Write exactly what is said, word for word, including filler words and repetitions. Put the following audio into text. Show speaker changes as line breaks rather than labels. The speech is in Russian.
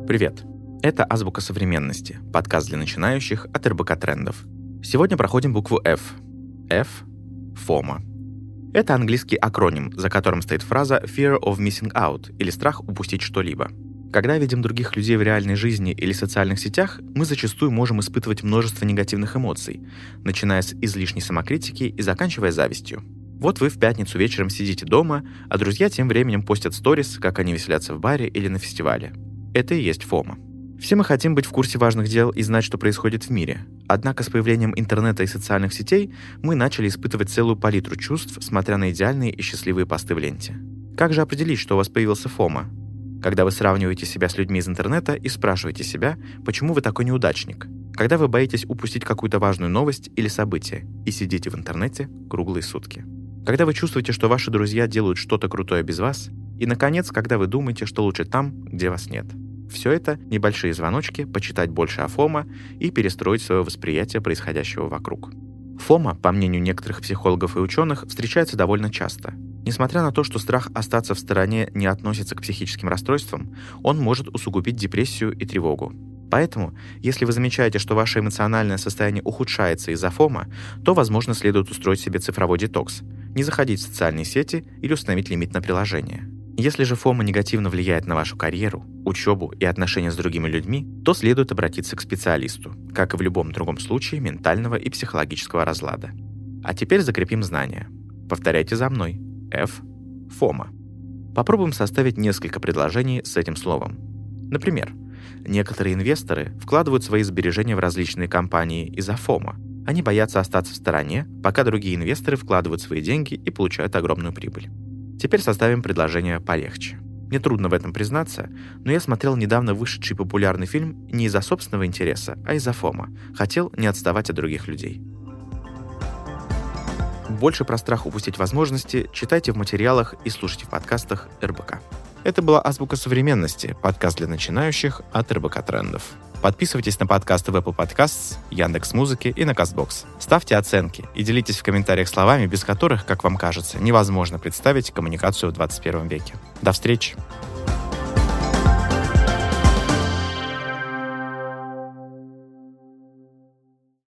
Привет! Это «Азбука современности», подкаст для начинающих от эр бэ ка Трендов. Сегодня проходим букву F. F – фома. Это английский акроним, за которым стоит фраза «fear of missing out» или «страх упустить что-либо». Когда видим других людей в реальной жизни или социальных сетях, мы зачастую можем испытывать множество негативных эмоций, начиная с излишней самокритики и заканчивая завистью. Вот вы в пятницу вечером сидите дома, а друзья тем временем постят сторис, как они веселятся в баре или на фестивале. Это и есть фома. Все мы хотим быть в курсе важных дел и знать, что происходит в мире. Однако с появлением интернета и социальных сетей мы начали испытывать целую палитру чувств, смотря на идеальные и счастливые посты в ленте. Как же определить, что у вас появился фома? Когда вы сравниваете себя с людьми из интернета и спрашиваете себя, почему вы такой неудачник? Когда вы боитесь упустить какую-то важную новость или событие и сидите в интернете круглые сутки? Когда вы чувствуете, что ваши друзья делают что-то крутое без вас? И, наконец, когда вы думаете, что лучше там, где вас нет? Все это небольшие звоночки, почитать больше о фома и перестроить свое восприятие происходящего вокруг. Фома, по мнению некоторых психологов и ученых, встречается довольно часто. Несмотря на то, что страх остаться в стороне не относится к психическим расстройствам, он может усугубить депрессию и тревогу. Поэтому, если вы замечаете, что ваше эмоциональное состояние ухудшается из-за фома, то, возможно, следует устроить себе цифровой детокс, не заходить в социальные сети или установить лимит на приложение. Если же фома негативно влияет на вашу карьеру, учебу и отношения с другими людьми, то следует обратиться к специалисту, как и в любом другом случае ментального и психологического разлада. А теперь закрепим знания. Повторяйте за мной. F – фома. Попробуем составить несколько предложений с этим словом. Например, некоторые инвесторы вкладывают свои сбережения в различные компании из-за фома. Они боятся остаться в стороне, пока другие инвесторы вкладывают свои деньги и получают огромную прибыль. Теперь составим предложение полегче. Мне трудно в этом признаться, но я смотрел недавно вышедший популярный фильм не из-за собственного интереса, а из-за фома. Хотел не отставать от других людей. Больше про страх упустить возможности читайте в материалах и слушайте в подкастах эр бэ ка. Это была «Азбука современности», подкаст для начинающих от эр бэ ка Трендов. Подписывайтесь на подкасты в Apple Podcasts, Яндекс.Музыке и на Castbox. Ставьте оценки и делитесь в комментариях словами, без которых, как вам кажется, невозможно представить коммуникацию в двадцать первом веке. До встречи!